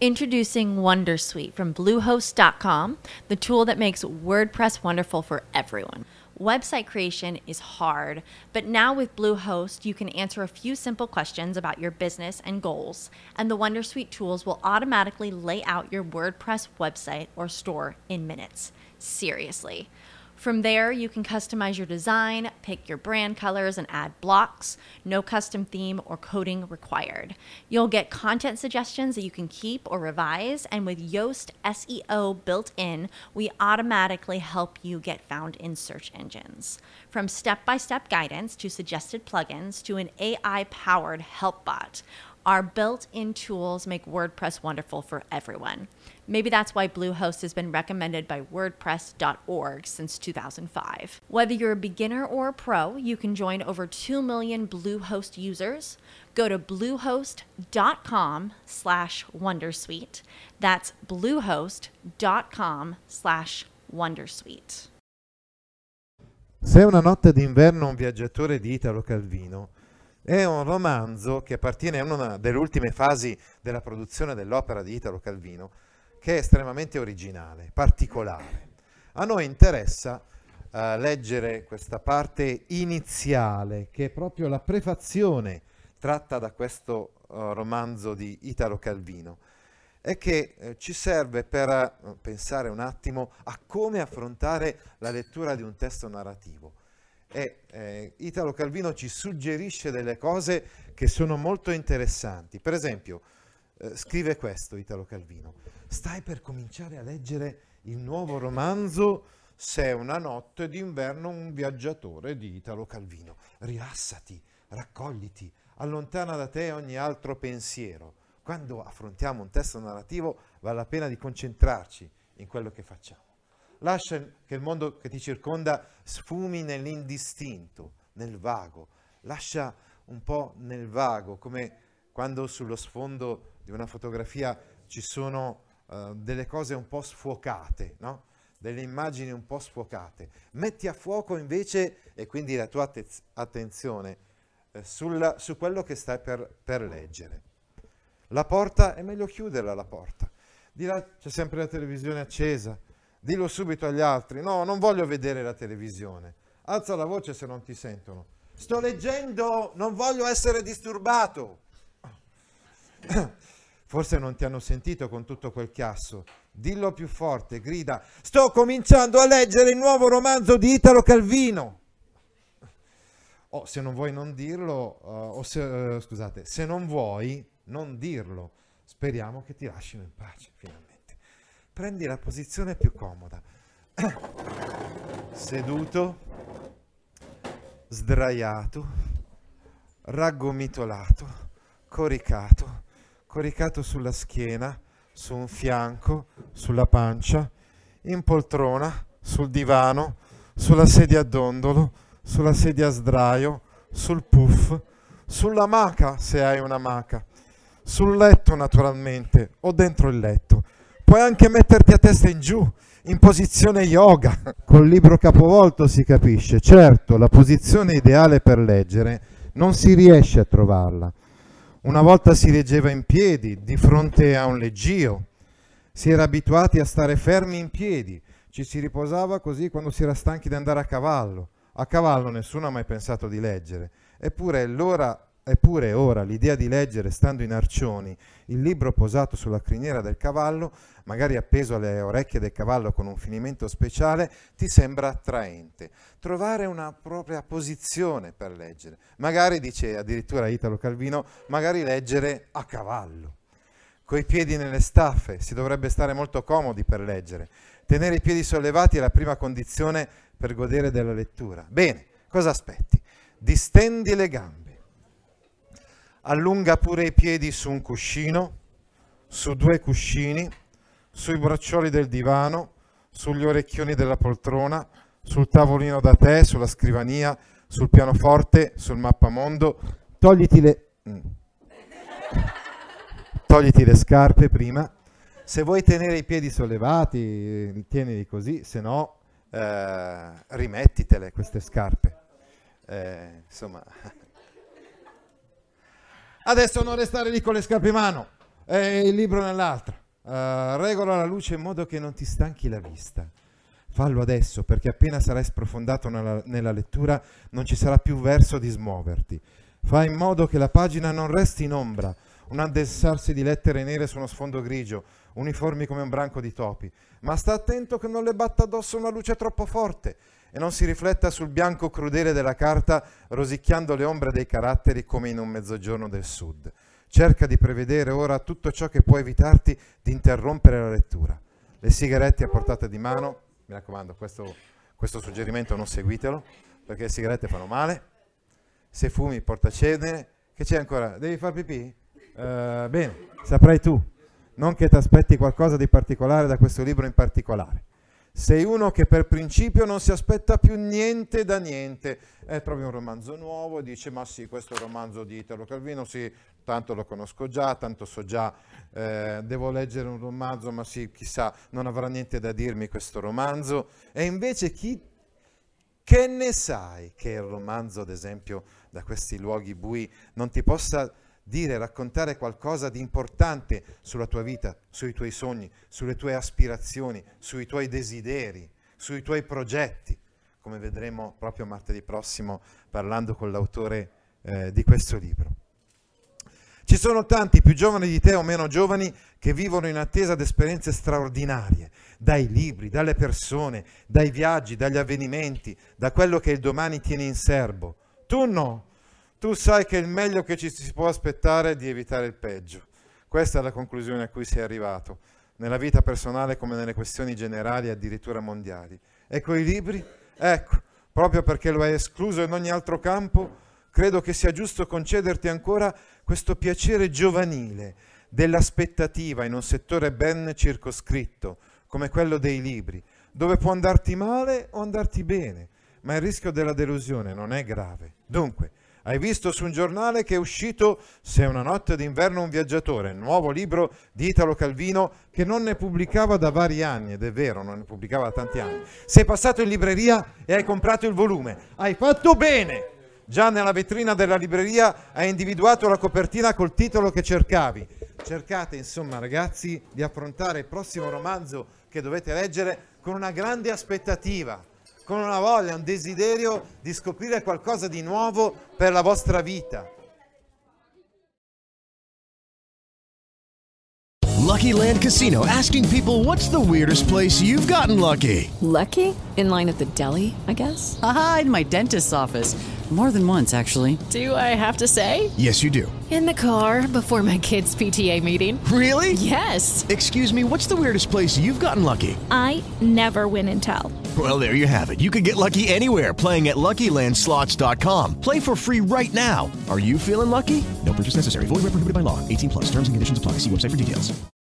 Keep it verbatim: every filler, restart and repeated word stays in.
Introducing Wondersuite from Bluehost dot com, the tool that makes WordPress wonderful for everyone. Website creation is hard, but now with Bluehost, you can answer a few simple questions about your business and goals, and the Wondersuite tools will automatically lay out your WordPress website or store in minutes. Seriously. From there, you can customize your design, pick your brand colors, and add blocks. No custom theme or coding required. You'll get content suggestions that you can keep or revise, and with Yoast S E O built in, we automatically help you get found in search engines. From step-by-step guidance to suggested plugins to an A I-powered help bot, our built-in tools make WordPress wonderful for everyone. Maybe that's why Bluehost has been recommended by WordPress dot org since two thousand five. Whether you're a beginner or a pro, you can join over two million Bluehost users. Go to bluehost dot com slash wondersuite. That's bluehost dot com slash wondersuite. Se una notte d'inverno un viaggiatore di Italo Calvino è un romanzo che appartiene a una delle ultime fasi della produzione dell'opera di Italo Calvino, che è estremamente originale, particolare. A noi interessa uh, leggere questa parte iniziale, che è proprio la prefazione tratta da questo uh, romanzo di Italo Calvino, e che eh, ci serve per uh, pensare un attimo a come affrontare la lettura di un testo narrativo. E eh, Italo Calvino ci suggerisce delle cose che sono molto interessanti. Per esempio, eh, scrive questo Italo Calvino: stai per cominciare a leggere il nuovo romanzo Sei una notte d'inverno un viaggiatore di Italo Calvino. Rilassati, raccogliti, allontana da te ogni altro pensiero. Quando affrontiamo un testo narrativo vale la pena di concentrarci in quello che facciamo. Lascia che il mondo che ti circonda sfumi nell'indistinto, nel vago. Lascia un po' nel vago, come quando sullo sfondo di una fotografia ci sono uh, delle cose un po' sfocate, no? Delle immagini un po' sfocate. Metti a fuoco invece, e quindi la tua att- attenzione, eh, sul, su quello che stai per, per leggere. La porta, è meglio chiuderla la porta. Di là c'è sempre la televisione accesa. Dillo subito agli altri: no, non voglio vedere la televisione. Alza la voce se non ti sentono. Sto leggendo, non voglio essere disturbato. Forse non ti hanno sentito con tutto quel chiasso. Dillo più forte, grida: sto cominciando a leggere il nuovo romanzo di Italo Calvino. O se non vuoi non dirlo, uh, o se, uh, scusate, se non vuoi non dirlo, speriamo che ti lasciano in pace finalmente. Prendi la posizione più comoda, seduto, sdraiato, raggomitolato, coricato, coricato sulla schiena, su un fianco, sulla pancia, in poltrona, sul divano, sulla sedia a dondolo, sulla sedia a sdraio, sul puff, sulla maca se hai una maca, sul letto naturalmente o dentro il letto. Puoi anche metterti a testa in giù, in posizione yoga. Col libro capovolto si capisce. Certo, la posizione ideale per leggere non si riesce a trovarla. Una volta si leggeva in piedi, di fronte a un leggio. Si era abituati a stare fermi in piedi. Ci si riposava così quando si era stanchi di andare a cavallo. A cavallo nessuno ha mai pensato di leggere. Eppure l'ora... Eppure ora l'idea di leggere stando in arcioni il libro posato sulla criniera del cavallo, magari appeso alle orecchie del cavallo con un finimento speciale, ti sembra attraente. Trovare una propria posizione per leggere. Magari, dice addirittura Italo Calvino, magari leggere a cavallo. Coi piedi nelle staffe, si dovrebbe stare molto comodi per leggere. Tenere i piedi sollevati è la prima condizione per godere della lettura. Bene, cosa aspetti? Distendi le gambe. Allunga pure i piedi su un cuscino, su due cuscini, sui braccioli del divano, sugli orecchioni della poltrona, sul tavolino da tè, sulla scrivania, sul pianoforte, sul mappamondo. Togliti le... Mm. Togliti le scarpe prima. Se vuoi tenere i piedi sollevati, tienili così, se no eh, rimettitele queste scarpe. Eh, insomma... Adesso non restare lì con le scarpe in mano, e il libro nell'altra. Uh, regola la luce in modo che non ti stanchi la vista. Fallo adesso, perché appena sarai sprofondato nella, nella lettura non ci sarà più verso di smuoverti. Fai in modo che la pagina non resti in ombra, un addensarsi di lettere nere su uno sfondo grigio, uniformi come un branco di topi, ma sta attento che non le batta addosso una luce troppo forte e non si rifletta sul bianco crudele della carta, rosicchiando le ombre dei caratteri come in un mezzogiorno del sud. Cerca di prevedere ora tutto ciò che può evitarti di interrompere la lettura. Le sigarette a portata di mano, mi raccomando, questo, questo suggerimento non seguitelo, perché le sigarette fanno male. Se fumi, portacenere. Che c'è ancora? Devi far pipì? Uh, bene, saprai tu. Non che ti aspetti qualcosa di particolare da questo libro in particolare. Sei uno che per principio non si aspetta più niente da niente. È proprio un romanzo nuovo, dice ma sì, questo è un romanzo di Italo Calvino, sì, tanto lo conosco già, tanto so già, eh, devo leggere un romanzo, ma sì, chissà, non avrà niente da dirmi questo romanzo. E invece chi, che ne sai che il romanzo, ad esempio, da questi luoghi bui, non ti possa dire, raccontare qualcosa di importante sulla tua vita, sui tuoi sogni, sulle tue aspirazioni, sui tuoi desideri, sui tuoi progetti, come vedremo proprio martedì prossimo parlando con l'autore eh, di questo libro. Ci sono tanti, più giovani di te o meno giovani, che vivono in attesa di esperienze straordinarie, dai libri, dalle persone, dai viaggi, dagli avvenimenti, da quello che il domani tiene in serbo. Tu no. Tu sai che il meglio che ci si può aspettare è di evitare il peggio. Questa è la conclusione a cui sei arrivato, nella vita personale come nelle questioni generali e addirittura mondiali. E coi libri? Ecco, proprio perché lo hai escluso in ogni altro campo, credo che sia giusto concederti ancora questo piacere giovanile dell'aspettativa in un settore ben circoscritto, come quello dei libri, dove può andarti male o andarti bene, ma il rischio della delusione non è grave. Dunque, hai visto su un giornale che è uscito Se una notte d'inverno un viaggiatore, nuovo libro di Italo Calvino che non ne pubblicava da vari anni, ed è vero, non ne pubblicava da tanti anni. Sei passato in libreria e hai comprato il volume. Hai fatto bene! Già nella vetrina della libreria hai individuato la copertina col titolo che cercavi. Cercate, insomma, ragazzi, di affrontare il prossimo romanzo che dovete leggere con una grande aspettativa, con una voglia, un desiderio di scoprire qualcosa di nuovo per la vostra vita. Lucky Land Casino, asking people, what's the weirdest place you've gotten lucky? Lucky? In line at the deli, I guess? Aha, in my dentist's office. More than once, actually. Do I have to say? Yes, you do. In the car before my kids' P T A meeting. Really? Yes. Excuse me, what's the weirdest place you've gotten lucky? I never win and tell. Well, there you have it. You can get lucky anywhere, playing at Lucky Land Slots dot com. Play for free right now. Are you feeling lucky? No purchase necessary. Void where prohibited by law. eighteen plus. Terms and conditions apply. See website for details.